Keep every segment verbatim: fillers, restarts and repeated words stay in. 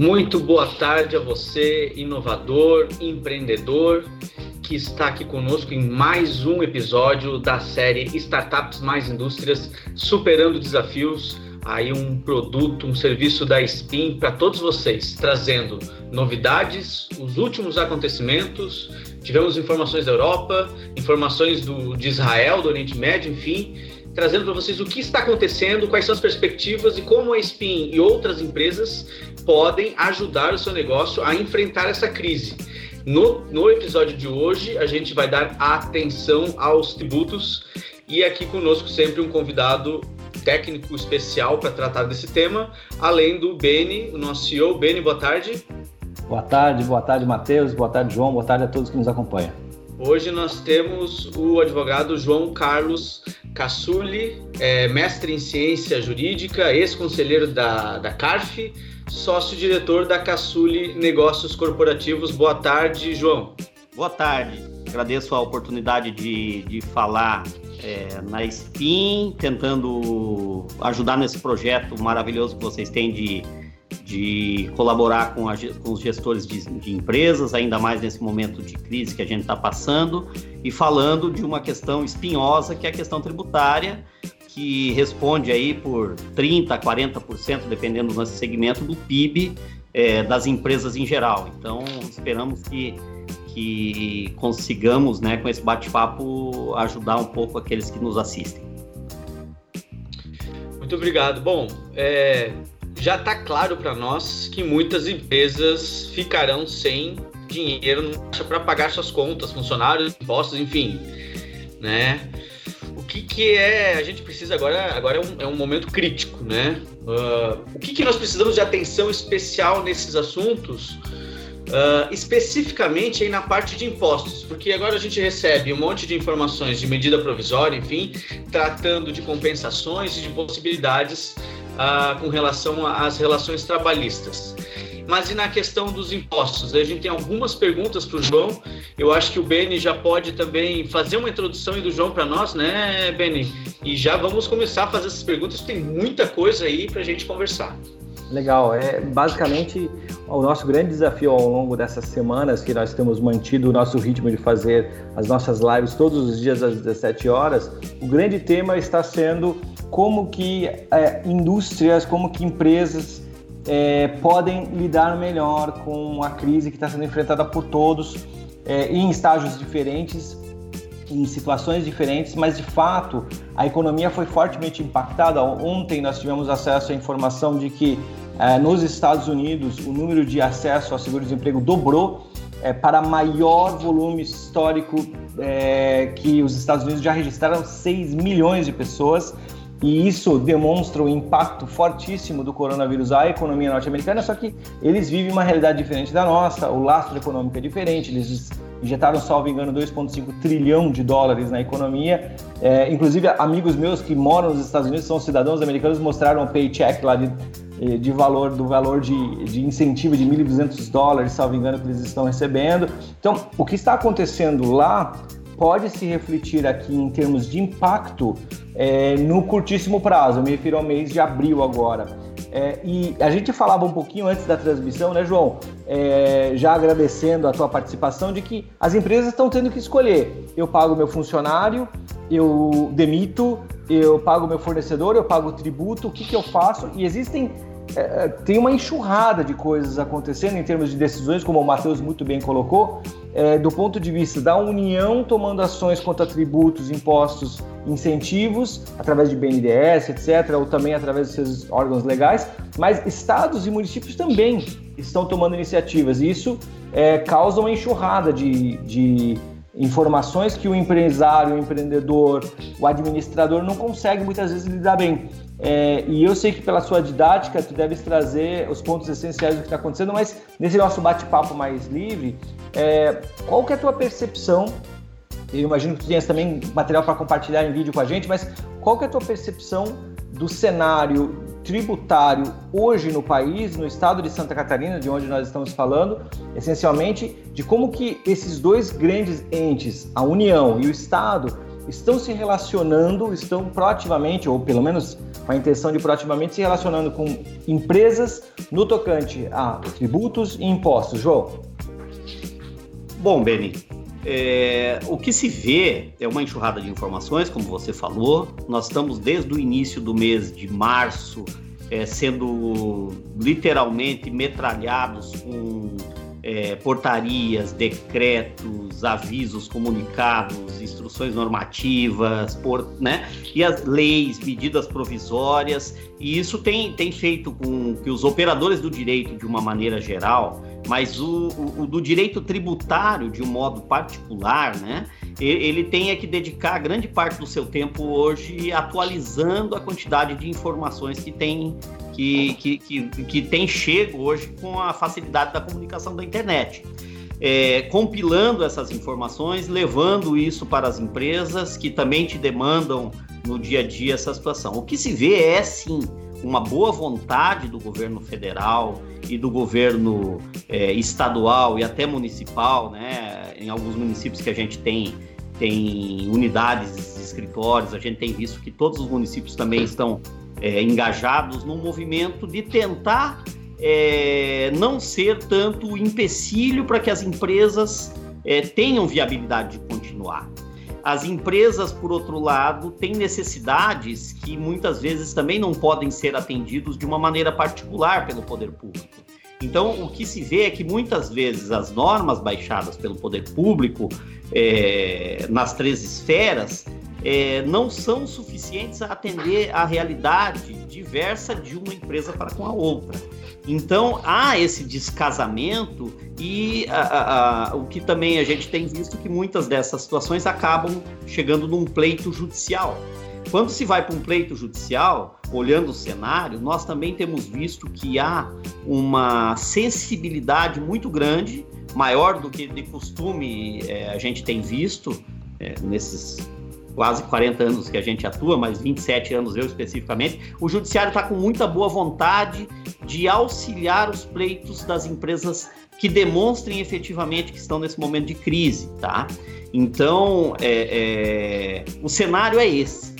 Muito boa tarde a você, inovador, empreendedor, que está aqui conosco em mais um episódio da série Startups mais Indústrias, superando desafios. Aí um produto, um serviço da Spin para todos vocês, trazendo novidades, os últimos acontecimentos. Tivemos informações da Europa, informações do, de Israel, do Oriente Médio, enfim, trazendo para vocês o que está acontecendo, quais são as perspectivas e como a Spin e outras empresas podem ajudar o seu negócio a enfrentar essa crise. No, no episódio de hoje, a gente vai dar atenção aos tributos e aqui conosco sempre um convidado técnico especial para tratar desse tema, além do Beni, o nosso C E O. Beni, boa tarde. Boa tarde, boa tarde, Matheus, boa tarde, João, boa tarde a todos que nos acompanham. Hoje nós temos o advogado João Carlos Cassuli, é, mestre em ciência jurídica, ex-conselheiro da, da CARF, sócio-diretor da Cassuli Negócios Corporativos. Boa tarde, João. Boa tarde, agradeço a oportunidade de, de falar é, na Spin, tentando ajudar nesse projeto maravilhoso que vocês têm de, de colaborar com, a, com os gestores de, de empresas, ainda mais nesse momento de crise que a gente está passando, e falando de uma questão espinhosa, que é a questão tributária, que responde aí por trinta por cento a quarenta por cento, dependendo do nosso segmento, do P I B é, das empresas em geral. Então, esperamos que, que consigamos, né, com esse bate-papo, ajudar um pouco aqueles que nos assistem. Muito obrigado. Bom, é, já está claro para nós que muitas empresas ficarão sem dinheiro para pagar suas contas, funcionários, impostos, enfim, né? O que, que é, a gente precisa agora, agora é um, é um momento crítico, né? Uh, o que, que nós precisamos de atenção especial nesses assuntos, uh, especificamente aí na parte de impostos, porque agora a gente recebe um monte de informações de medida provisória, enfim, tratando de compensações e de possibilidades uh, com relação às relações trabalhistas. Mas e na questão dos impostos? A gente tem algumas perguntas para o João. Eu acho que o Beni já pode também fazer uma introdução aí do João para nós, né, Beni? E já vamos começar a fazer essas perguntas, tem muita coisa aí para a gente conversar. Legal. É, basicamente, o nosso grande desafio ao longo dessas semanas, que nós temos mantido o nosso ritmo de fazer as nossas lives todos os dias às dezessete horas, o grande tema está sendo como que é, indústrias, como que empresas É, podem lidar melhor com a crise que está sendo enfrentada por todos, é, em estágios diferentes, em situações diferentes, mas de fato a economia foi fortemente impactada. Ontem nós tivemos acesso à informação de que é, nos Estados Unidos o número de acesso ao seguro-desemprego dobrou é, para maior volume histórico é, que os Estados Unidos já registraram seis milhões de pessoas. E isso demonstra o impacto fortíssimo do coronavírus à economia norte-americana, só que eles vivem uma realidade diferente da nossa, o lastro econômico é diferente, eles injetaram, salvo engano, dois vírgula cinco trilhão de dólares na economia. É, inclusive, amigos meus que moram nos Estados Unidos, são cidadãos americanos, mostraram o paycheck lá de, de valor, do valor de, de incentivo de mil e duzentos dólares, salvo engano, que eles estão recebendo. Então, o que está acontecendo lá pode se refletir aqui em termos de impacto é, no curtíssimo prazo, eu me refiro ao mês de abril agora. É, e a gente falava um pouquinho antes da transmissão, né, João? É, já agradecendo a tua participação, de que as empresas estão tendo que escolher. Eu pago meu funcionário, eu demito, eu pago meu fornecedor, eu pago tributo, o que, que eu faço? E existem... É, tem uma enxurrada de coisas acontecendo em termos de decisões, como o Matheus muito bem colocou, é, do ponto de vista da União tomando ações contra tributos, impostos, incentivos, através de B N D E S, etcétera, ou também através dos seus órgãos legais, mas estados e municípios também estão tomando iniciativas, e isso é, causa uma enxurrada de, de informações que o empresário, o empreendedor, o administrador não consegue muitas vezes lidar bem. É, e eu sei que pela sua didática tu deves trazer os pontos essenciais do que está acontecendo, mas nesse nosso bate-papo mais livre, é, qual que é a tua percepção? Eu imagino que tu tenhas também material para compartilhar em vídeo com a gente, mas qual que é a tua percepção do cenário tributário hoje no país, no estado de Santa Catarina, de onde nós estamos falando, essencialmente, de como que esses dois grandes entes, a União e o Estado, estão se relacionando, estão proativamente, ou pelo menos com a intenção de proativamente se relacionando com empresas no tocante a tributos e impostos. João? Bom, Beni, é, o que se vê é uma enxurrada de informações, como você falou. Nós estamos desde o início do mês de março é, sendo literalmente metralhados com é, portarias, decretos, avisos, comunicados, instruções normativas, por, né? E as leis, medidas provisórias, e isso tem, tem feito com que os operadores do direito, de uma maneira geral, mas o, o, o do direito tributário, de um modo particular, né? Ele tem que dedicar grande parte do seu tempo hoje atualizando a quantidade de informações que tem, que, que, que, que tem chego hoje com a facilidade da comunicação da internet. É, compilando essas informações, levando isso para as empresas que também te demandam no dia a dia essa situação. O que se vê é, sim, uma boa vontade do governo federal e do governo é, estadual e até municipal, né? Em alguns municípios que a gente tem, tem unidades de escritórios, a gente tem visto que todos os municípios também estão é, engajados num movimento de tentar é, não ser tanto empecilho para que as empresas é, tenham viabilidade de continuar. As empresas, por outro lado, têm necessidades que muitas vezes também não podem ser atendidos de uma maneira particular pelo poder público. Então, o que se vê é que muitas vezes as normas baixadas pelo poder público é, nas três esferas é, não são suficientes a atender a realidade diversa de uma empresa para com a outra. Então, há esse descasamento e a, a, a, o que também a gente tem visto que muitas dessas situações acabam chegando num pleito judicial. Quando se vai para um pleito judicial, olhando o cenário, nós também temos visto que há uma sensibilidade muito grande, maior do que de costume é, a gente tem visto é, nesses quase quarenta anos que a gente atua, mas vinte e sete anos eu especificamente. O judiciário está com muita boa vontade de auxiliar os pleitos das empresas que demonstrem efetivamente que estão nesse momento de crise, tá? Então, é, é, o cenário é esse,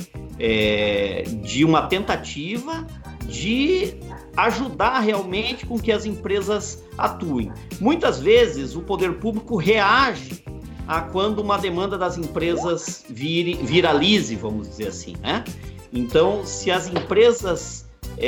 é, de uma tentativa de ajudar realmente com que as empresas atuem. Muitas vezes o poder público reage a quando uma demanda das empresas vire, viralize, vamos dizer assim, né? Então, se as empresas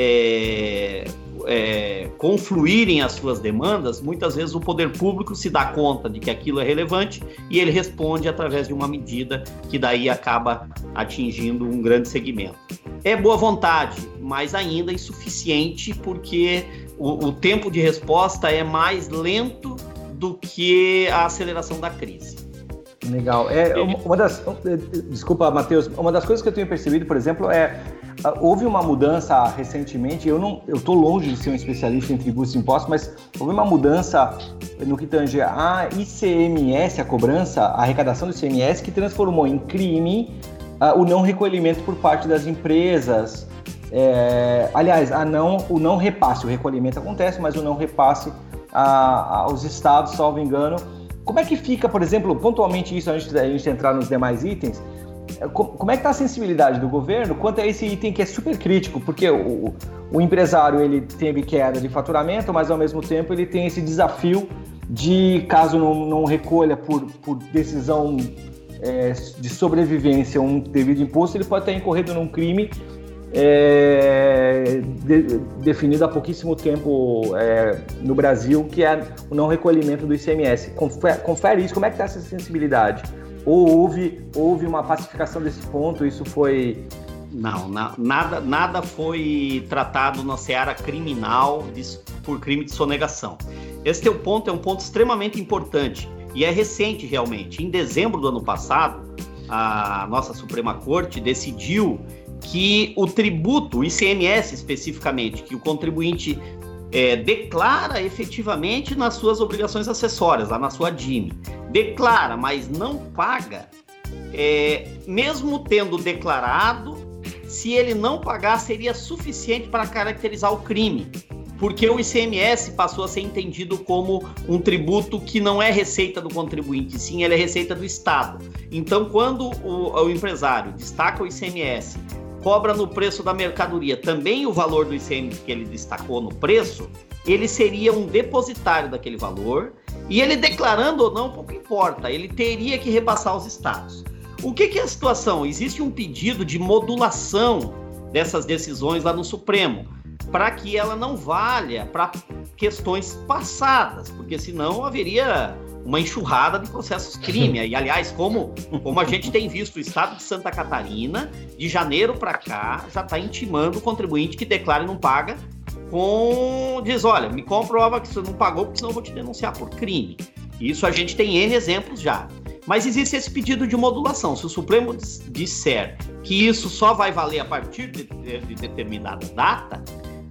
é, é, confluírem as suas demandas, muitas vezes o poder público se dá conta de que aquilo é relevante e ele responde através de uma medida que daí acaba atingindo um grande segmento. É boa vontade, mas ainda insuficiente, porque o, o tempo de resposta é mais lento do que a aceleração da crise. Legal. É, uma das, desculpa, Matheus, uma das coisas que eu tenho percebido, por exemplo, é houve uma mudança recentemente, eu não, eu estou longe de ser um especialista em tributos e impostos, mas houve uma mudança no que tange a I C M S, a cobrança, a arrecadação do I C M S, que transformou em crime uh, o não recolhimento por parte das empresas. É, aliás, a não, o não repasse, o recolhimento acontece, mas o não repasse a, aos estados, salvo engano. Como é que fica, por exemplo, pontualmente isso, antes da gente entrar nos demais itens, como é que está a sensibilidade do governo quanto a esse item que é super crítico? Porque o, o empresário ele teve queda de faturamento, mas ao mesmo tempo ele tem esse desafio de, caso não, não recolha por, por decisão é, de sobrevivência um devido imposto, ele pode estar incorrendo num crime É, de, definido há pouquíssimo tempo é, no Brasil, que é o não recolhimento do I C M S. Confere, confere isso, como é que está essa sensibilidade? Ou houve, houve uma pacificação desse ponto, isso foi... Não, na, nada, nada foi tratado na seara criminal de, por crime de sonegação. Esse teu ponto é um ponto extremamente importante e é recente realmente. Em dezembro do ano passado, a nossa Suprema Corte decidiu que o tributo, o I C M S especificamente, que o contribuinte é, declara efetivamente nas suas obrigações acessórias, lá na sua D I M, declara, mas não paga, é, mesmo tendo declarado, se ele não pagar, seria suficiente para caracterizar o crime, porque o I C M S passou a ser entendido como um tributo que não é receita do contribuinte, sim, ele é receita do Estado. Então, quando o, o empresário destaca o I C M S, cobra no preço da mercadoria também o valor do I C M que ele destacou no preço, ele seria um depositário daquele valor, e ele declarando ou não, pouco importa, ele teria que repassar aos estados. O que, que é a situação? Existe um pedido de modulação dessas decisões lá no Supremo, para que ela não valha para questões passadas, porque senão haveria uma enxurrada de processos crime. E, aliás, como, como a gente tem visto, o estado de Santa Catarina, de janeiro para cá, já está intimando o contribuinte que declara e não paga, com... diz, olha, me comprova que você não pagou, porque senão eu vou te denunciar por crime. Isso a gente tem N exemplos já. Mas existe esse pedido de modulação. Se o Supremo disser que isso só vai valer a partir de, de, de determinada data,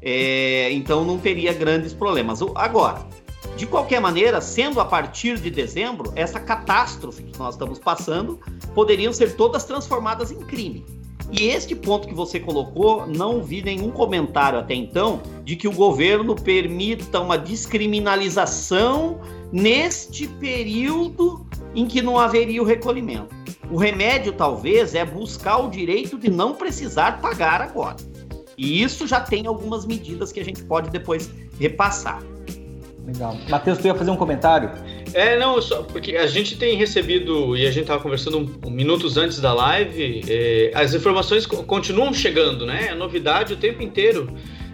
é, então não teria grandes problemas. Agora, de qualquer maneira, sendo a partir de dezembro, essa catástrofe que nós estamos passando poderiam ser todas transformadas em crime. E este ponto que você colocou, não vi nenhum comentário até então de que o governo permita uma descriminalização neste período em que não haveria o recolhimento. O remédio, talvez, é buscar o direito de não precisar pagar agora. E isso já tem algumas medidas que a gente pode depois repassar. Legal. Matheus, tu ia fazer um comentário? É, não, só porque a gente tem recebido, e a gente estava conversando um, um, minutos antes da live, é, as informações continuam chegando, né? É novidade o tempo inteiro.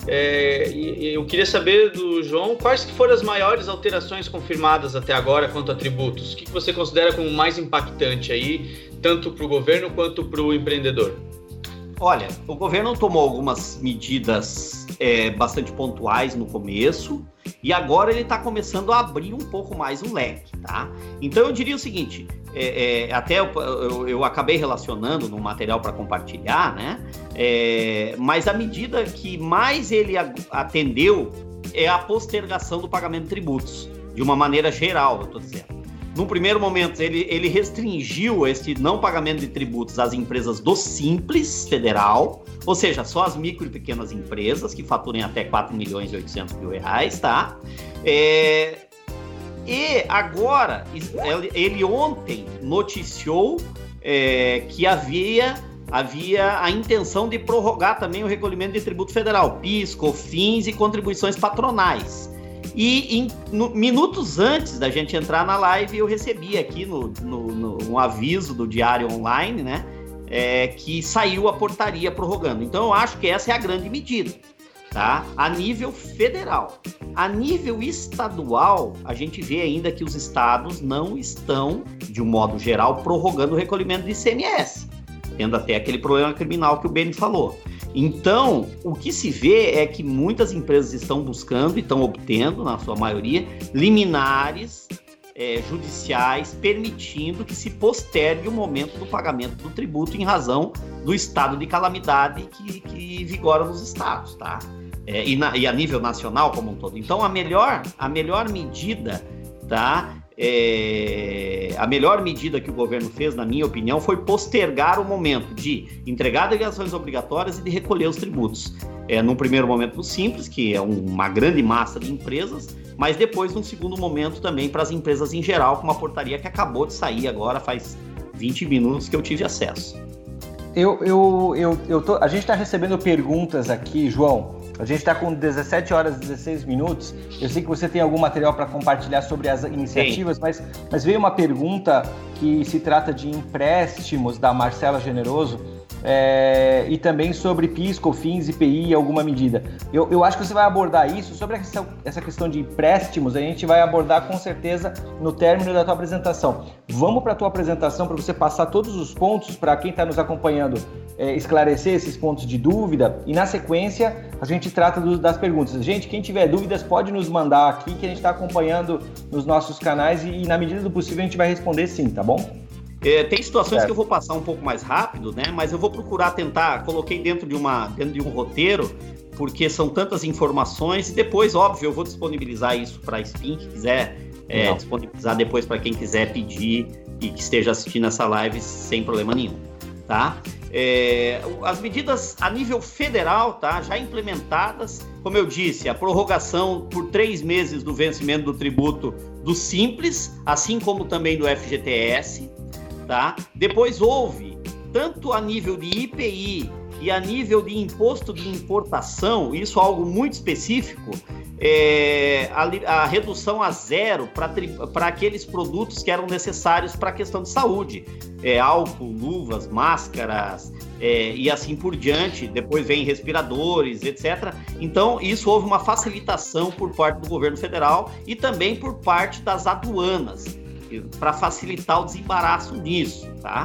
É, e, e eu queria saber do João quais que foram as maiores alterações confirmadas até agora quanto a tributos. O que, que você considera como mais impactante aí, tanto para o governo quanto para o empreendedor? Olha, o governo tomou algumas medidas é, bastante pontuais no começo e agora ele está começando a abrir um pouco mais o leque, tá? Então eu diria o seguinte, é, é, até eu, eu, eu acabei relacionando no material para compartilhar, né? É, mas a medida que mais ele atendeu é a postergação do pagamento de tributos, de uma maneira geral, eu estou dizendo. No primeiro momento, ele, ele restringiu esse não pagamento de tributos às empresas do Simples Federal, ou seja, só as micro e pequenas empresas que faturem até quatro milhões e oitocentos mil reais, tá? É, e agora, ele ontem noticiou é, que havia, havia a intenção de prorrogar também o recolhimento de tributo federal, P I S, COFINS e contribuições patronais. E em, no, minutos antes da gente entrar na live, eu recebi aqui no, no, no, um aviso do Diário Online, né, é, que saiu a portaria prorrogando. Então, eu acho que essa é a grande medida, tá? A nível federal. A nível estadual, a gente vê ainda que os estados não estão, de um modo geral, prorrogando o recolhimento de I C M S, tendo até aquele problema criminal que o Beni falou. Então, o que se vê é que muitas empresas estão buscando e estão obtendo, na sua maioria, liminares é, judiciais permitindo que se postergue o momento do pagamento do tributo em razão do estado de calamidade que, que vigora nos estados, tá? É, e, na, e a nível nacional como um todo. Então, a melhor, a melhor medida, tá? É, a melhor medida que o governo fez, na minha opinião, foi postergar o momento de entregar declarações obrigatórias e de recolher os tributos. É, num primeiro momento no Simples, que é uma grande massa de empresas, mas depois, num segundo momento, também para as empresas em geral, com uma portaria que acabou de sair agora, faz vinte minutos que eu tive acesso. Eu, eu, eu, eu tô, a gente está recebendo perguntas aqui, João. A gente está com dezessete horas e dezesseis minutos. Eu sei que você tem algum material para compartilhar sobre as iniciativas, mas, mas veio uma pergunta que se trata de empréstimos da Marcela Generoso é, e também sobre P I S, COFINS, I P I, alguma medida. Eu, eu acho que você vai abordar isso. Sobre essa, essa questão de empréstimos, a gente vai abordar com certeza no término da tua apresentação. Vamos para a tua apresentação para você passar todos os pontos para quem está nos acompanhando, é, esclarecer esses pontos de dúvida e na sequência a gente trata do, das perguntas. Gente, quem tiver dúvidas pode nos mandar aqui que a gente está acompanhando nos nossos canais e, e na medida do possível a gente vai responder sim, tá bom? É, tem situações certo. Que eu vou passar um pouco mais rápido, né? Mas eu vou procurar tentar, coloquei dentro de, uma, dentro de um roteiro, porque são tantas informações e depois, óbvio, eu vou disponibilizar isso para a S P I N, que quiser é, disponibilizar depois para quem quiser pedir e que esteja assistindo essa live sem problema nenhum, tá? É, as medidas a nível federal, tá, já implementadas, como eu disse, a prorrogação por três meses do vencimento do tributo do Simples, assim como também do F G T S, tá? Depois houve, tanto a nível de I P I E a nível de imposto de importação, isso é algo muito específico, é, a, a redução a zero para aqueles produtos que eram necessários para a questão de saúde. É, álcool, luvas, máscaras é, e assim por diante. Depois vem respiradores, etcétera. Então, isso houve uma facilitação por parte do governo federal e também por parte das aduanas, para facilitar o desembaraço nisso, tá?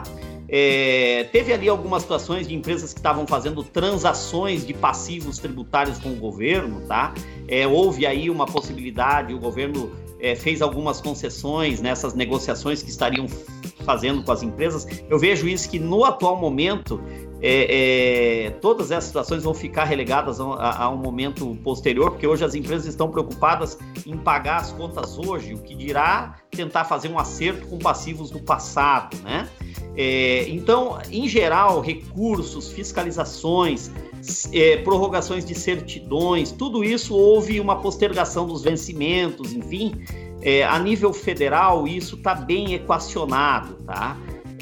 É, teve ali algumas situações de empresas que estavam fazendo transações de passivos tributários com o governo, tá? É, houve aí uma possibilidade, o governo é, fez algumas concessões nessas negociações que estariam fazendo com as empresas. Eu vejo isso que no atual momento, é, é, todas essas situações vão ficar relegadas a, a, a um momento posterior, porque hoje as empresas estão preocupadas em pagar as contas hoje, o que dirá tentar fazer um acerto com passivos do passado, né? É, então, em geral, recursos, fiscalizações, é, prorrogações de certidões, tudo isso houve uma postergação dos vencimentos, enfim, é, a nível federal isso está bem equacionado, tá?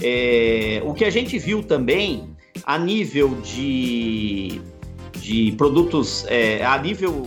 É, o que a gente viu também a nível de, de produtos, é, a nível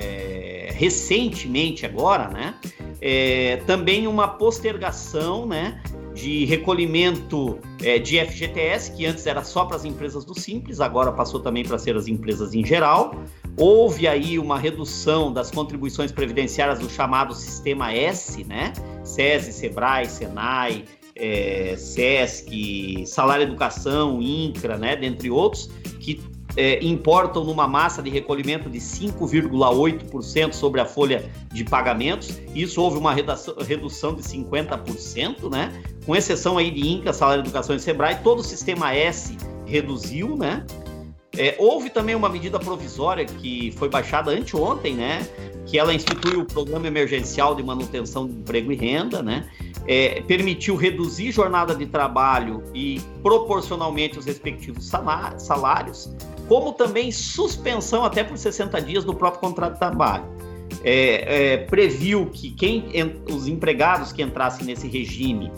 é, recentemente agora, né? É, também uma postergação, né, de recolhimento é, de F G T S, que antes era só para as empresas do Simples, agora passou também para ser as empresas em geral. Houve aí uma redução das contribuições previdenciárias do chamado Sistema S, né? SESI, SEBRAE, SENAI, é, SESC, Salário Educação, INCRA, né? Dentre outros, que É, importam numa massa de recolhimento de cinco vírgula oito por cento sobre a folha de pagamentos. Isso houve uma redação, redução de cinquenta por cento, né? Com exceção aí de INCA, Salário Educação e SEBRAE, todo o Sistema S reduziu, né? É, houve também uma medida provisória que foi baixada anteontem, né? Que ela institui o Programa Emergencial de Manutenção de Emprego e Renda, né? É, permitiu reduzir jornada de trabalho e proporcionalmente os respectivos salários, como também suspensão até por sessenta dias do próprio contrato de trabalho. É, é, previu que quem, os empregados que entrassem nesse regime,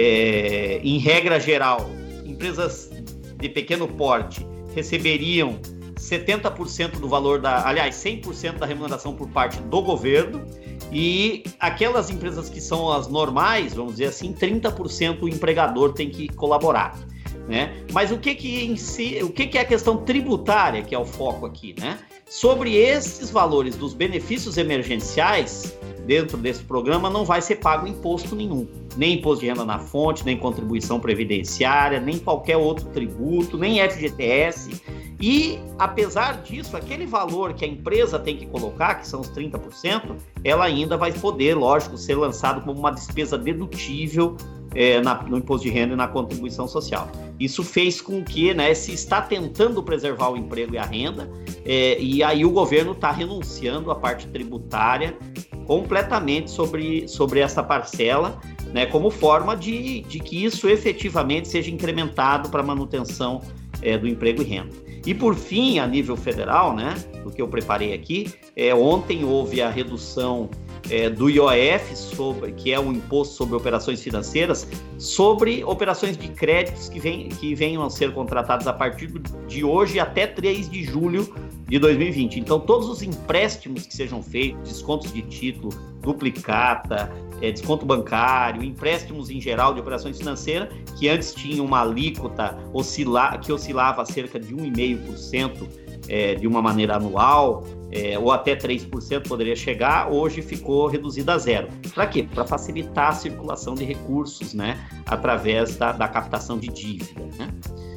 é, em regra geral, empresas de pequeno porte, receberiam setenta por cento do valor da, aliás, cem por cento da remuneração por parte do governo, e aquelas empresas que são as normais, vamos dizer assim, trinta por cento o empregador tem que colaborar, né? Mas o que que em si, o que que é a questão tributária, que é o foco aqui, né? Sobre esses valores dos benefícios emergenciais, dentro desse programa não vai ser pago imposto nenhum, nem imposto de renda na fonte, nem contribuição previdenciária, nem qualquer outro tributo, nem F G T S. E, apesar disso, aquele valor que a empresa tem que colocar, que são os trinta por cento, ela ainda vai poder, lógico, ser lançado como uma despesa dedutível é, na, no imposto de renda e na contribuição social. Isso fez com que, né, se está tentando preservar o emprego e a renda, é, e aí o governo está renunciando à parte tributária completamente sobre, sobre essa parcela, né, como forma de, de que isso efetivamente seja incrementado para a manutenção é, do emprego e renda. E por fim, a nível federal, né, do que eu preparei aqui, é, ontem houve a redução é, do I O F, sobre, que é um imposto sobre operações financeiras, sobre operações de créditos que, vem, que venham a ser contratadas a partir de hoje até três de julho de dois mil e vinte. Então, todos os empréstimos que sejam feitos, descontos de título, duplicata, é, desconto bancário, empréstimos em geral de operações financeiras, que antes tinham uma alíquota oscila, que oscilava cerca de um vírgula cinco por cento é, de uma maneira anual, é, ou até três por cento poderia chegar, hoje ficou reduzida a zero. Para quê? Para facilitar a circulação de recursos, né, através da, da captação de dívida, né?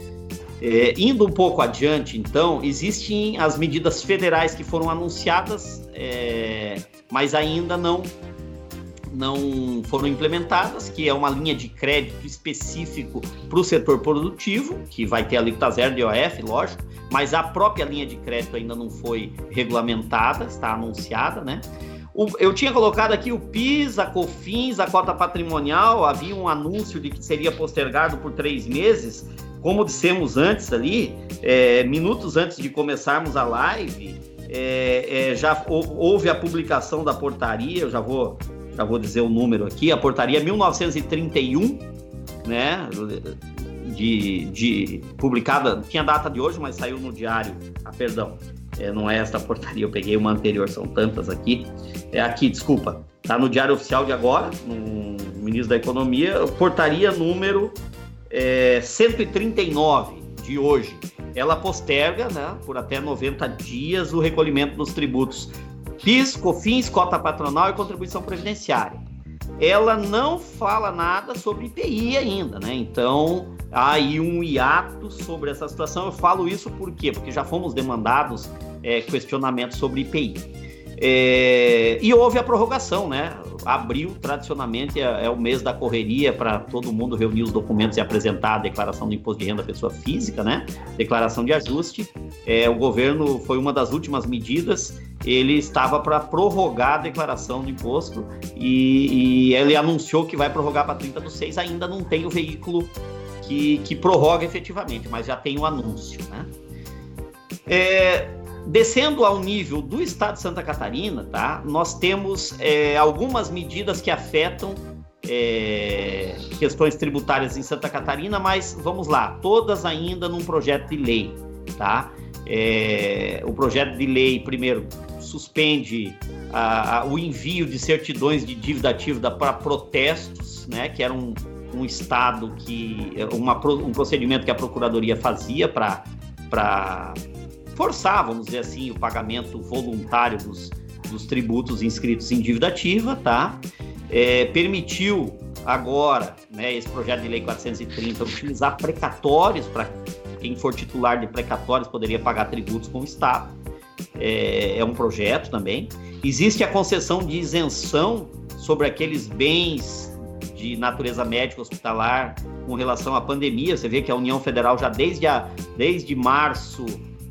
É, indo um pouco adiante, então, existem as medidas federais que foram anunciadas, é, mas ainda não, não foram implementadas, que é uma linha de crédito específico para o setor produtivo, que vai ter alíquota zero de I O F, lógico, mas a própria linha de crédito ainda não foi regulamentada, está anunciada, né? O, eu tinha colocado aqui o PIS, a COFINS, a cota patrimonial, havia um anúncio de que seria postergado por três meses, como dissemos antes ali, é, minutos antes de começarmos a live, é, é, já houve a publicação da portaria, eu já vou, já vou dizer o número aqui, a portaria mil novecentos e trinta e um, né, de, de publicada, tinha data de hoje, mas saiu no diário, ah, perdão, é, não é esta portaria, eu peguei uma anterior, são tantas aqui, é aqui, desculpa, está no Diário Oficial de agora, no Ministro da Economia, portaria número é, cento e trinta e nove de hoje. Ela posterga, né, por até noventa dias o recolhimento dos tributos P I S, COFINS, cota patronal e contribuição previdenciária. Ela não fala nada sobre I P I ainda, né? Então, há aí um hiato sobre essa situação. Eu falo isso por quê? Porque já fomos demandados é, questionamentos sobre I P I. É, e houve a prorrogação, né? Abril, tradicionalmente, é, é o mês da correria para todo mundo reunir os documentos e apresentar a declaração do imposto de renda da pessoa física, né? Declaração de ajuste. É, o governo foi uma das últimas medidas, ele estava para prorrogar a declaração do imposto e, e ele anunciou que vai prorrogar para trinta do seis, ainda não tem o veículo que, que prorroga efetivamente, mas já tem o anúncio, né? É, descendo ao nível do estado de Santa Catarina, tá? Nós temos é, algumas medidas que afetam é, questões tributárias em Santa Catarina, mas vamos lá, todas ainda num projeto de lei, tá? É, o projeto de lei, primeiro, suspende a, a, o envio de certidões de dívida ativa para protestos, né, que era um, um estado que, uma, um procedimento que a Procuradoria fazia para forçar, vamos dizer assim, o pagamento voluntário dos, dos tributos inscritos em dívida ativa, tá? É, permitiu agora, né, esse projeto de lei quatrocentos e trinta, utilizar precatórios para quem for titular de precatórios poderia pagar tributos com o Estado. É, é um projeto também. Existe a concessão de isenção sobre aqueles bens de natureza médica hospitalar com relação à pandemia. Você vê que a União Federal já desde, a, desde março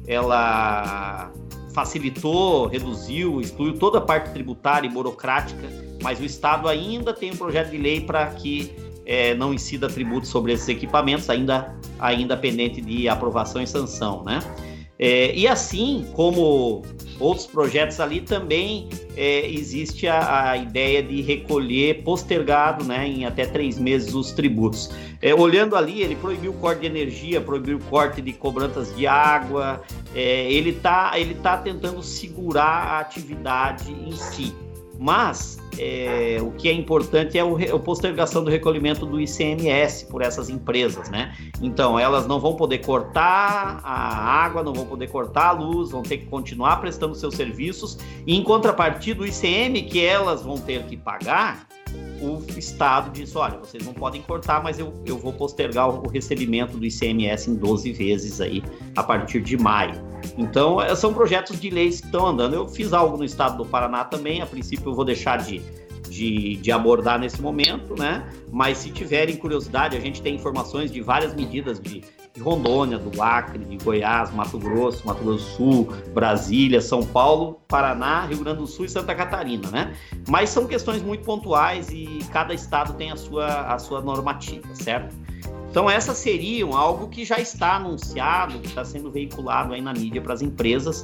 ela facilitou, reduziu, excluiu toda a parte tributária e burocrática, mas o Estado ainda tem um projeto de lei para que é, não incida tributos sobre esses equipamentos, ainda, ainda pendente de aprovação e sanção, né? É, e assim como outros projetos ali, também é, existe a, a ideia de recolher postergado, né, em até três meses os tributos. É, olhando ali, ele proibiu o corte de energia, proibiu o corte de cobranças de água, é, ele está ele tá tentando segurar a atividade em si. Mas é, o que é importante é o, a postergação do recolhimento do I C M S por essas empresas, né? Então, elas não vão poder cortar a água, não vão poder cortar a luz, vão ter que continuar prestando seus serviços. E, em contrapartida, o I C M que elas vão ter que pagar, o Estado diz, olha, vocês não podem cortar, mas eu, eu vou postergar o, o recebimento do I C M S em doze vezes aí, a partir de maio. Então, são projetos de leis que estão andando. Eu fiz algo no estado do Paraná também, a princípio eu vou deixar de, de, de abordar nesse momento, né? Mas se tiverem curiosidade, a gente tem informações de várias medidas de, de Rondônia, do Acre, de Goiás, Mato Grosso, Mato Grosso do Sul, Brasília, São Paulo, Paraná, Rio Grande do Sul e Santa Catarina, né? Mas são questões muito pontuais e cada estado tem a sua, a sua normativa, certo? Então, essas seriam algo que já está anunciado, que está sendo veiculado aí na mídia para as empresas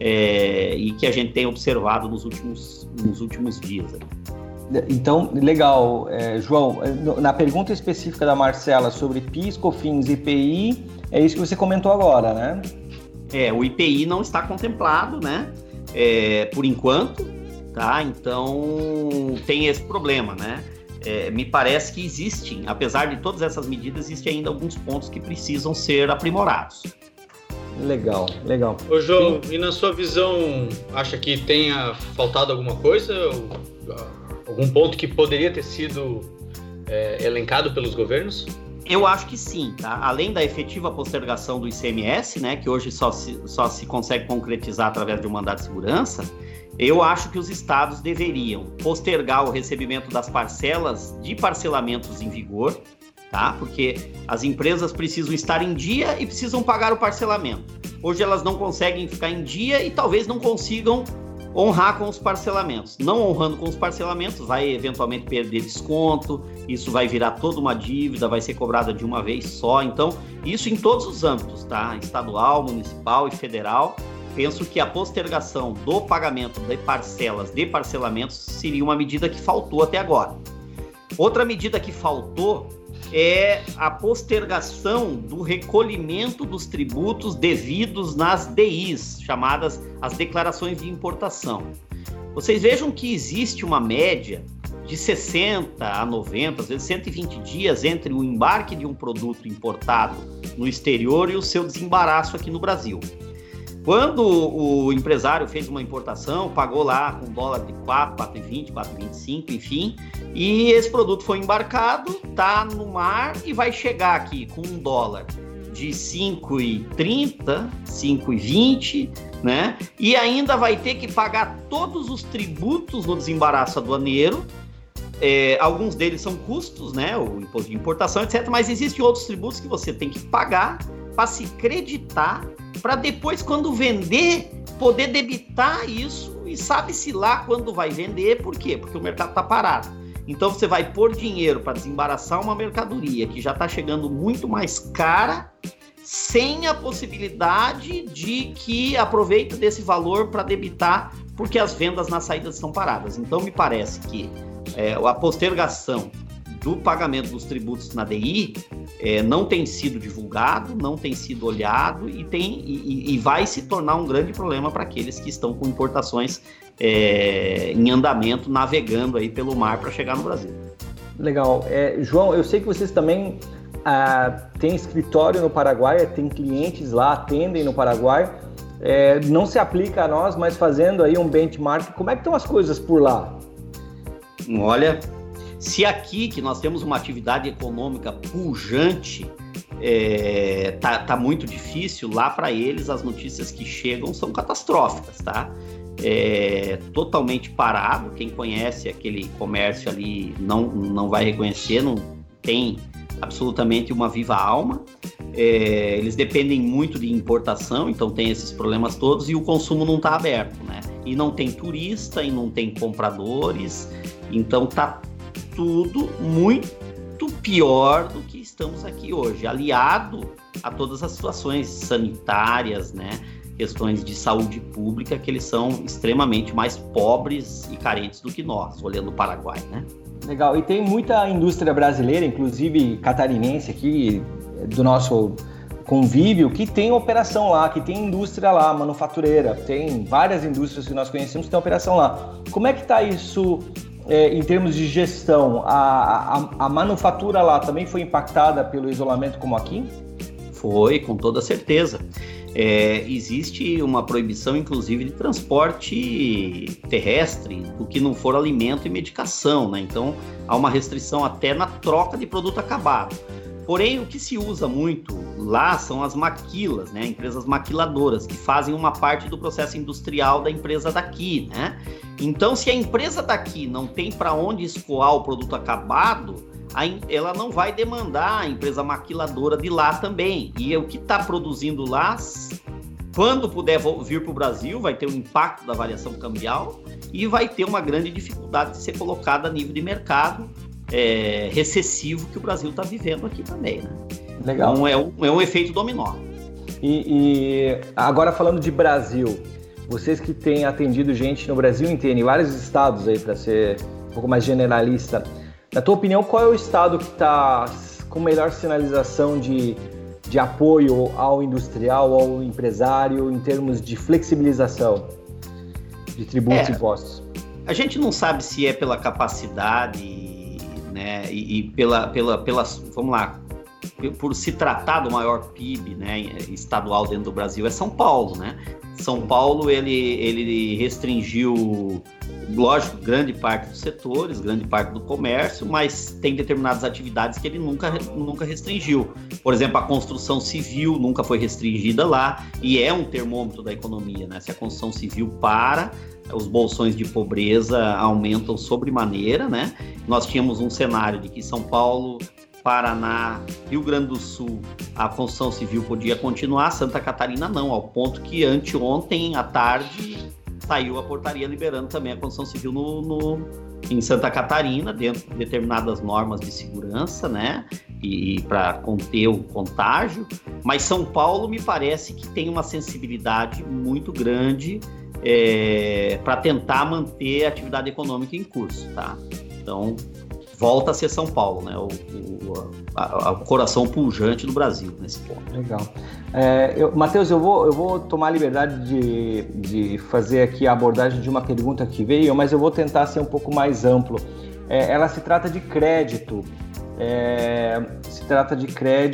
é, e que a gente tem observado nos últimos, nos últimos dias. Então, legal. É, João, na pergunta específica da Marcela sobre P I S, COFINS e I P I, é isso que você comentou agora, né? É, o I P I não está contemplado, né? É, por enquanto, tá? Então, tem esse problema, né? É, me parece que existem, apesar de todas essas medidas, existem ainda alguns pontos que precisam ser aprimorados. Legal, legal. Ô João, Sim. E na sua visão, acha que tenha faltado alguma coisa? Algum ponto que poderia ter sido é, elencado pelos governos? Eu acho que sim, tá? Além da efetiva postergação do I C M S, né, que hoje só se, só se consegue concretizar através de um mandado de segurança, eu acho que os estados deveriam postergar o recebimento das parcelas de parcelamentos em vigor, tá? Porque as empresas precisam estar em dia e precisam pagar o parcelamento. Hoje elas não conseguem ficar em dia e talvez não consigam honrar com os parcelamentos. Não honrando com os parcelamentos, vai eventualmente perder desconto, isso vai virar toda uma dívida, vai ser cobrada de uma vez só. Então, isso em todos os âmbitos, tá? Estadual, municipal e federal. Penso que a postergação do pagamento de parcelas, de parcelamentos, seria uma medida que faltou até agora. Outra medida que faltou é a postergação do recolhimento dos tributos devidos nas D Is, chamadas as declarações de importação. Vocês vejam que existe uma média de sessenta a noventa, às vezes cento e vinte dias entre o embarque de um produto importado no exterior e o seu desembaraço aqui no Brasil. Quando o empresário fez uma importação, pagou lá com dólar de quatro, quatro e vinte, quatro e vinte e cinco, enfim, e esse produto foi embarcado, tá no mar e vai chegar aqui com um dólar de cinco e trinta, cinco e vinte, né? E ainda vai ter que pagar todos os tributos no desembaraço aduaneiro. É, alguns deles são custos, né? O imposto de importação, etcétera. Mas existem outros tributos que você tem que pagar para se creditar, para depois, quando vender, poder debitar isso, e sabe-se lá quando vai vender. Por quê? Porque o mercado está parado. Então você vai pôr dinheiro para desembaraçar uma mercadoria que já está chegando muito mais cara, sem a possibilidade de que aproveite desse valor para debitar, porque as vendas nas saídas estão paradas. Então me parece que é, a postergação do pagamento dos tributos na D I é, não tem sido divulgado, não tem sido olhado e, tem, e, e vai se tornar um grande problema para aqueles que estão com importações é, em andamento, navegando aí pelo mar para chegar no Brasil. Legal. É, João, eu sei que vocês também ah, têm escritório no Paraguai, tem clientes lá, atendem no Paraguai. É, não se aplica a nós, mas fazendo aí um benchmark, como é que estão as coisas por lá? Olha, se aqui, que nós temos uma atividade econômica pujante, é, tá, tá muito difícil, lá para eles as notícias que chegam são catastróficas, tá? É, totalmente parado, quem conhece aquele comércio ali não, não vai reconhecer, não tem absolutamente uma viva alma. É, eles dependem muito de importação, então tem esses problemas todos, e o consumo não está aberto, né? E não tem turista, e não tem compradores, então tá tudo muito pior do que estamos aqui hoje, aliado a todas as situações sanitárias, né? Questões de saúde pública, que eles são extremamente mais pobres e carentes do que nós, olhando o Paraguai, né? Legal, e tem muita indústria brasileira, inclusive catarinense aqui, do nosso convívio, que tem operação lá, que tem indústria lá, manufatureira, tem várias indústrias que nós conhecemos que tem operação lá. Como é que está isso é, em termos de gestão? A, a, a manufatura lá também foi impactada pelo isolamento como aqui? Foi, com toda certeza. É, existe uma proibição, inclusive, de transporte terrestre do que não for alimento e medicação, né? Então, há uma restrição até na troca de produto acabado. Porém, o que se usa muito lá são as maquilas, né? Empresas maquiladoras, que fazem uma parte do processo industrial da empresa daqui, né? Então, se a empresa daqui não tem para onde escoar o produto acabado, ela não vai demandar a empresa maquiladora de lá também. E o que está produzindo lá, quando puder vir para o Brasil, vai ter um impacto da variação cambial e vai ter uma grande dificuldade de ser colocada a nível de mercado é, recessivo que o Brasil está vivendo aqui também, né? Legal. Então é um, é um efeito dominó. E, e agora falando de Brasil, vocês que têm atendido gente no Brasil inteiro, em vários estados aí, para ser um pouco mais generalista, na tua opinião, qual é o estado que está com melhor sinalização de, de apoio ao industrial, ao empresário, em termos de flexibilização de tributos e é, impostos? A gente não sabe se é pela capacidade, né, e, e pela, pela, pela, vamos lá, por se tratar do maior P I B, né, estadual dentro do Brasil, é São Paulo, né? São Paulo, ele, ele restringiu, lógico, grande parte dos setores, grande parte do comércio, mas tem determinadas atividades que ele nunca, nunca restringiu. Por exemplo, a construção civil nunca foi restringida lá, e é um termômetro da economia, né? Se a construção civil para, os bolsões de pobreza aumentam sobremaneira, né? Nós tínhamos um cenário de que São Paulo, Paraná, Rio Grande do Sul, a construção civil podia continuar, Santa Catarina não, ao ponto que anteontem à tarde saiu a portaria liberando também a construção civil no, no, em Santa Catarina, dentro de determinadas normas de segurança, né, e para conter o contágio. Mas São Paulo me parece que tem uma sensibilidade muito grande é, para tentar manter a atividade econômica em curso, tá? Então, volta a ser São Paulo, né? O, o, o coração pujante do Brasil nesse ponto. Legal. É, eu, Matheus, eu vou, eu vou tomar a liberdade de, de fazer aqui a abordagem de uma pergunta que veio, mas eu vou tentar ser um pouco mais amplo. É, ela se trata de crédito. É, se trata de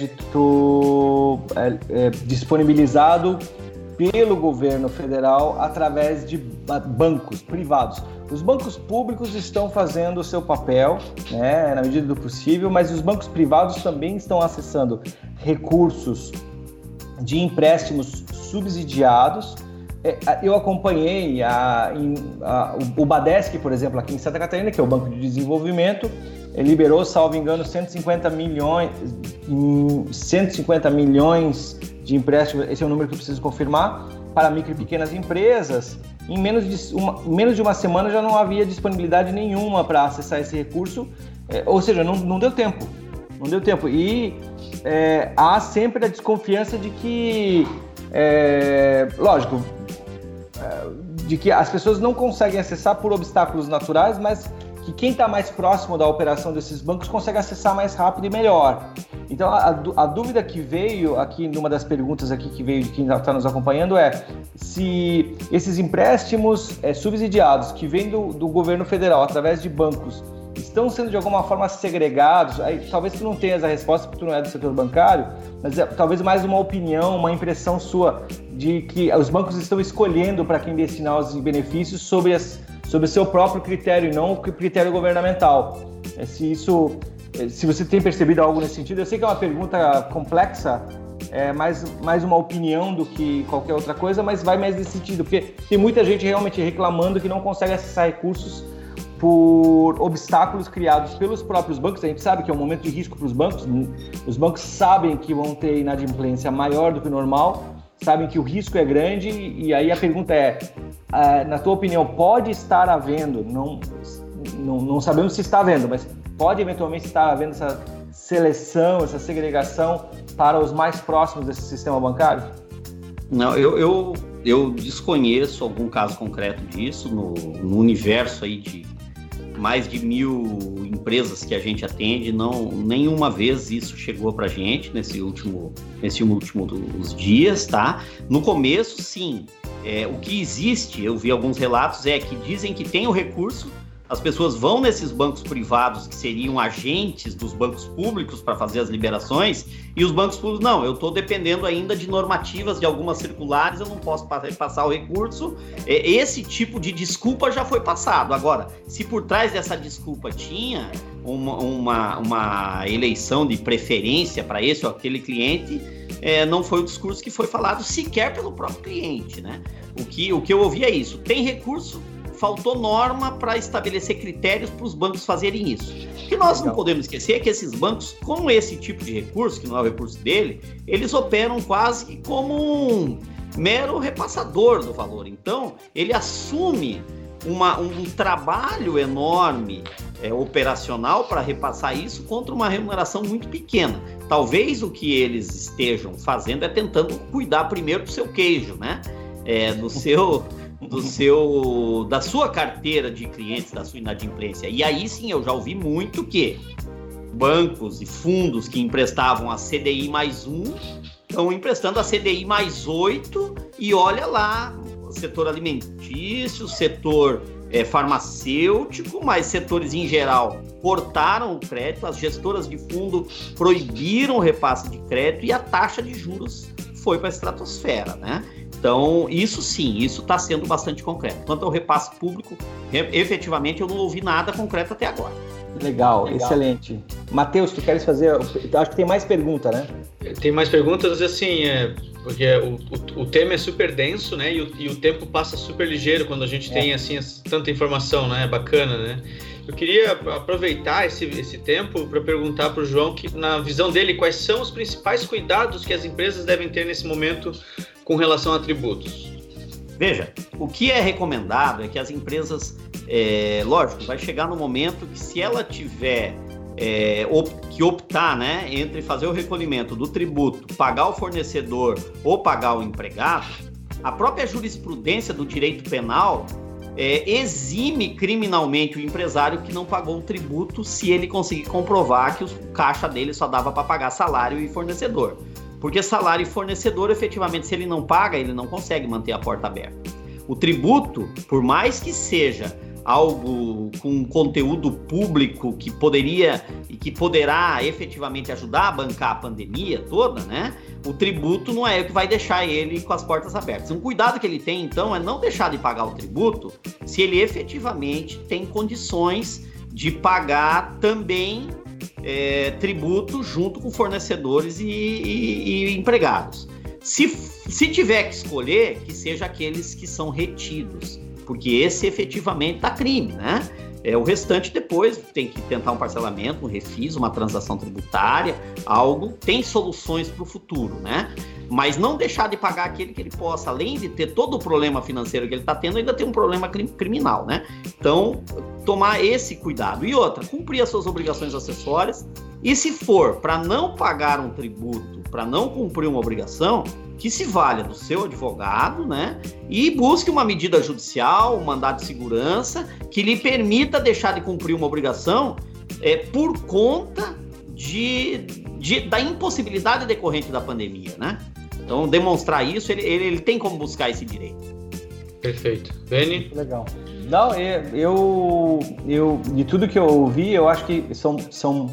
crédito é, é, disponibilizado pelo governo federal através de bancos privados. Os bancos públicos estão fazendo o seu papel, né, na medida do possível, mas os bancos privados também estão acessando recursos de empréstimos subsidiados. Eu acompanhei a, a, o Badesc, por exemplo, aqui em Santa Catarina, que é o Banco de Desenvolvimento, liberou, salvo engano, cento e cinquenta milhões, cento e cinquenta milhões de empréstimos, esse é o número que eu preciso confirmar, para micro e pequenas empresas. Em menos de uma, em menos de uma semana já não havia disponibilidade nenhuma para acessar esse recurso, é, ou seja, não, não deu tempo, não deu tempo. E é, há sempre a desconfiança de que, é, lógico, é, de que as pessoas não conseguem acessar por obstáculos naturais, mas que quem está mais próximo da operação desses bancos consegue acessar mais rápido e melhor. Então, a, a dúvida que veio aqui, numa das perguntas aqui que veio de quem está nos acompanhando é se esses empréstimos é, subsidiados que vêm do, do governo federal através de bancos estão sendo de alguma forma segregados. Aí, talvez tu não tenhas a resposta porque tu não é do setor bancário, mas é, talvez mais uma opinião, uma impressão sua de que os bancos estão escolhendo para quem destinar os benefícios sobre, as, sobre o seu próprio critério e não o critério governamental. É, se isso... Se você tem percebido algo nesse sentido, eu sei que é uma pergunta complexa, é mais, mais uma opinião do que qualquer outra coisa, mas vai mais nesse sentido, porque tem muita gente realmente reclamando que não consegue acessar recursos por obstáculos criados pelos próprios bancos. A gente sabe que é um momento de risco para os bancos, os bancos sabem que vão ter inadimplência maior do que o normal, sabem que o risco é grande, e aí a pergunta é, na tua opinião, pode estar havendo, não, não, não sabemos se está havendo, mas pode eventualmente estar havendo essa seleção, essa segregação para os mais próximos desse sistema bancário? Não, eu, eu, eu desconheço algum caso concreto disso no, no universo aí de mais de mil empresas que a gente atende. Não, nenhuma vez isso chegou para a gente nesse último, nesse último dos dias, tá? No começo, sim. É, o que existe, eu vi alguns relatos, é que dizem que tem o recurso, as pessoas vão nesses bancos privados que seriam agentes dos bancos públicos para fazer as liberações, e os bancos públicos, não, eu estou dependendo ainda de normativas, de algumas circulares, eu não posso passar o recurso. Esse tipo de desculpa já foi passado. Agora, se por trás dessa desculpa tinha uma, uma, uma eleição de preferência para esse ou aquele cliente, é, não foi o discurso que foi falado sequer pelo próprio cliente, né? O que, o que eu ouvi é isso: tem recurso, faltou norma para estabelecer critérios para os bancos fazerem isso. O que nós Legal. Não podemos esquecer é que esses bancos, com esse tipo de recurso, que não é o recurso dele, eles operam quase que como um mero repassador do valor. Então, ele assume uma, um trabalho enorme é, operacional para repassar isso contra uma remuneração muito pequena. Talvez o que eles estejam fazendo é tentando cuidar primeiro do seu queijo, né? É, do seu... do seu, da sua carteira de clientes, da sua inadimplência. E aí sim, eu já ouvi muito que bancos e fundos que emprestavam a C D I mais um estão emprestando a C D I mais oito, e olha lá, o setor alimentício, setor é, farmacêutico, mas setores em geral cortaram o crédito, as gestoras de fundo proibiram o repasse de crédito e a taxa de juros foi para a estratosfera, né? Então, isso sim, isso está sendo bastante concreto. Quanto ao repasse público, efetivamente eu não ouvi nada concreto até agora. Legal, Legal. Excelente. Matheus, tu queres fazer... Acho que tem mais pergunta, né? Tem mais perguntas, assim, é, porque o, o, o tema é super denso, né? E o, e o tempo passa super ligeiro quando a gente é. tem, assim, tanta informação, né? É bacana, né? Eu queria aproveitar esse, esse tempo para perguntar para o João, que, na visão dele, quais são os principais cuidados que as empresas devem ter nesse momento com relação a tributos? Veja, o que é recomendado é que as empresas, é, lógico, vai chegar no momento que, se ela tiver é, op, que optar, né, entre fazer o recolhimento do tributo, pagar o fornecedor ou pagar o empregado, a própria jurisprudência do direito penal é, exime criminalmente o empresário que não pagou o tributo se ele conseguir comprovar que o caixa dele só dava para pagar salário e fornecedor. Porque salário e fornecedor, efetivamente, se ele não paga, ele não consegue manter a porta aberta. O tributo, por mais que seja algo com conteúdo público que poderia e que poderá efetivamente ajudar a bancar a pandemia toda, né? O tributo não é o que vai deixar ele com as portas abertas. Um cuidado que ele tem, então, é não deixar de pagar o tributo se ele efetivamente tem condições de pagar também é, tributo junto com fornecedores e, e, e empregados. Se, se tiver que escolher, que seja aqueles que são retidos, porque esse efetivamente dá crime, né? É, o restante depois tem que tentar um parcelamento, um refis, uma transação tributária, algo, tem soluções para o futuro, né? Mas não deixar de pagar aquele que ele possa, além de ter todo o problema financeiro que ele está tendo, ainda tem um problema crim- criminal, né? Então, tomar esse cuidado. E outra, cumprir as suas obrigações acessórias, e se for para não pagar um tributo, para não cumprir uma obrigação, que se valha do seu advogado, né? E busque uma medida judicial, um mandado de segurança, que lhe permita deixar de cumprir uma obrigação é, por conta de, de, da impossibilidade decorrente da pandemia, né? Então, demonstrar isso, ele, ele, ele tem como buscar esse direito. Perfeito. Beni? Legal. Não, eu, eu, de tudo que eu ouvi, eu acho que são... são...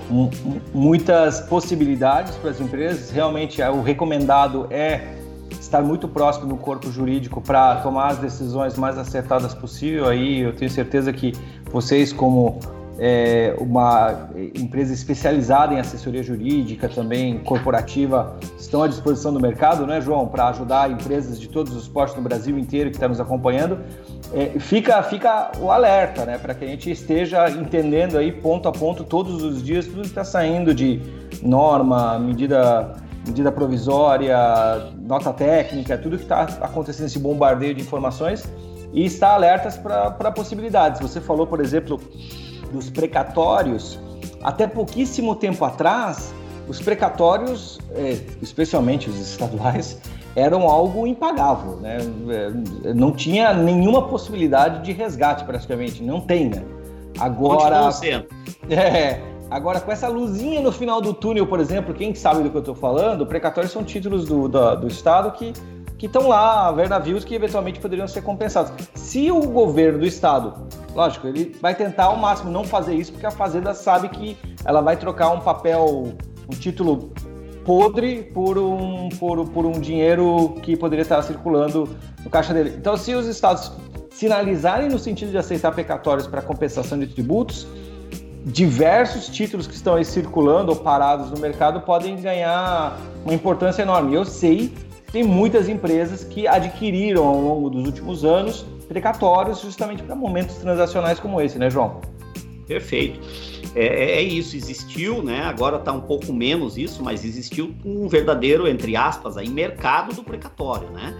muitas possibilidades para as empresas. Realmente o recomendado é estar muito próximo do corpo jurídico para tomar as decisões mais acertadas possível. Aí eu tenho certeza que vocês, como é, uma empresa especializada em assessoria jurídica, também corporativa, estão à disposição do mercado, né, João, para ajudar empresas de todos os portos no Brasil inteiro que estão nos acompanhando. É, fica, fica o alerta, né, para que a gente esteja entendendo aí ponto a ponto todos os dias tudo que está saindo de norma, medida, medida provisória, nota técnica, tudo que está acontecendo, esse bombardeio de informações, e estar alertas para possibilidades. Você falou, por exemplo, dos precatórios. Até pouquíssimo tempo atrás, os precatórios, é, especialmente os estaduais, eram algo impagável, né? Não tinha nenhuma possibilidade de resgate, praticamente, não tem, né? Agora, é, agora com essa luzinha no final do túnel, por exemplo, quem sabe do que eu estou falando, precatórios são títulos do, do, do Estado que que estão lá, ver navios que eventualmente poderiam ser compensados. Se o governo do Estado, lógico, ele vai tentar ao máximo não fazer isso, porque a Fazenda sabe que ela vai trocar um papel, um título podre por um, por, por um dinheiro que poderia estar circulando no caixa dele. Então, se os estados sinalizarem no sentido de aceitar precatórios para compensação de tributos, diversos títulos que estão aí circulando ou parados no mercado podem ganhar uma importância enorme. Eu sei que tem muitas empresas que adquiriram ao longo dos últimos anos precatórios justamente para momentos transacionais como esse, né, João? Perfeito. É, é isso, existiu, né? Agora está um pouco menos isso, mas existiu um verdadeiro, entre aspas, aí, mercado do precatório, né?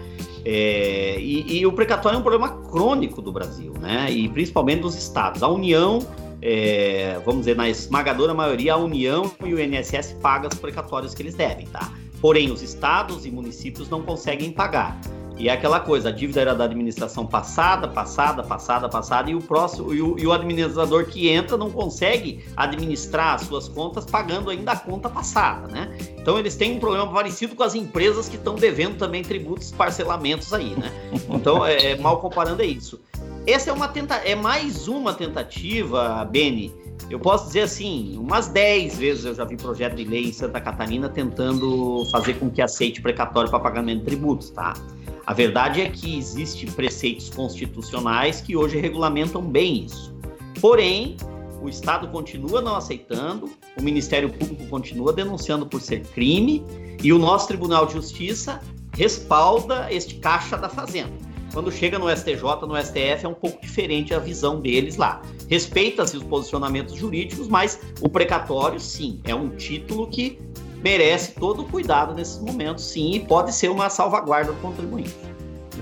É, e, e o precatório é um problema crônico do Brasil, né? E principalmente dos estados. A União, é, vamos dizer, na esmagadora maioria, a União e o I N S S pagam os precatórios que eles devem, tá? Porém, os estados e municípios não conseguem pagar. E é aquela coisa, a dívida era da administração passada, passada, passada, passada, e o próximo e o, e o administrador que entra não consegue administrar as suas contas pagando ainda a conta passada, né? Então eles têm um problema parecido com as empresas que estão devendo também tributos, parcelamentos aí, né? Então, é, é, mal comparando é isso. Essa é, uma tenta- é mais uma tentativa, Beni. Eu posso dizer assim, umas dez vezes eu já vi projeto de lei em Santa Catarina tentando fazer com que aceite precatório para pagamento de tributos, tá? A verdade é que existem preceitos constitucionais que hoje regulamentam bem isso. Porém, o Estado continua não aceitando, o Ministério Público continua denunciando por ser crime e o nosso Tribunal de Justiça respalda este caixa da Fazenda. Quando chega no S T J, no S T F, é um pouco diferente a visão deles lá. Respeita-se os posicionamentos jurídicos, mas o precatório, sim, é um título que merece todo o cuidado nesses momentos, sim, e pode ser uma salvaguarda do contribuinte.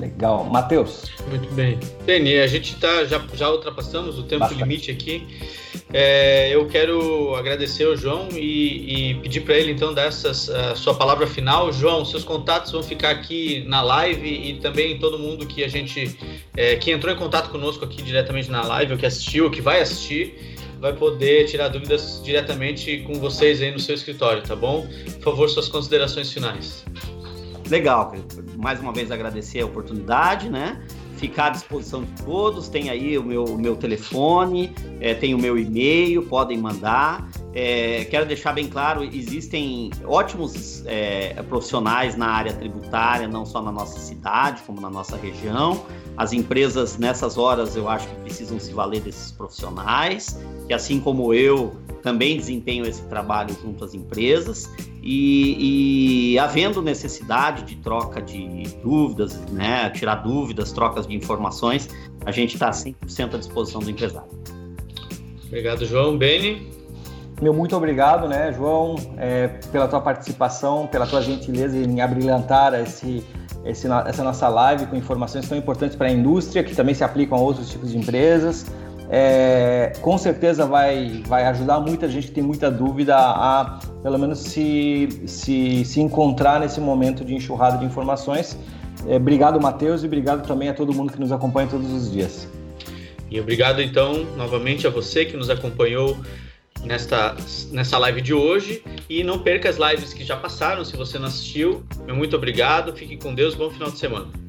Legal. Matheus? Muito bem. Deni, a gente tá, já, já ultrapassamos o tempo Bastante. limite aqui. É, eu quero agradecer ao João e, e pedir para ele, então, dar essas, a sua palavra final. João, seus contatos vão ficar aqui na live e também todo mundo que a gente é, que entrou em contato conosco aqui diretamente na live, ou que assistiu, ou que vai assistir, vai poder tirar dúvidas diretamente com vocês aí no seu escritório, tá bom? Por favor, suas considerações finais. Legal, mais uma vez agradecer a oportunidade, né? Ficar à disposição de todos, tem aí o meu, o meu telefone, é, tem o meu e-mail, podem mandar. É, quero deixar bem claro, existem ótimos é, profissionais na área tributária, não só na nossa cidade, como na nossa região. As empresas, nessas horas, eu acho que precisam se valer desses profissionais, que assim como eu, também desempenham esse trabalho junto às empresas. E, e havendo necessidade de troca de dúvidas, né, tirar dúvidas, trocas de informações, a gente está cem por cento à disposição do empresário. Obrigado, João. Beni? Meu muito obrigado, né, João, é, pela tua participação, pela tua gentileza em abrilhantar esse, esse, essa nossa live com informações tão importantes para a indústria, que também se aplicam a outros tipos de empresas. É, com certeza vai, vai ajudar muita gente que tem muita dúvida a, pelo menos, se, se, se encontrar nesse momento de enxurrada de informações. É, obrigado, Matheus, e obrigado também a todo mundo que nos acompanha todos os dias. E obrigado, então, novamente a você que nos acompanhou nesta, nessa live de hoje. E não perca as lives que já passaram, se você não assistiu. Meu muito obrigado, fique com Deus, bom final de semana.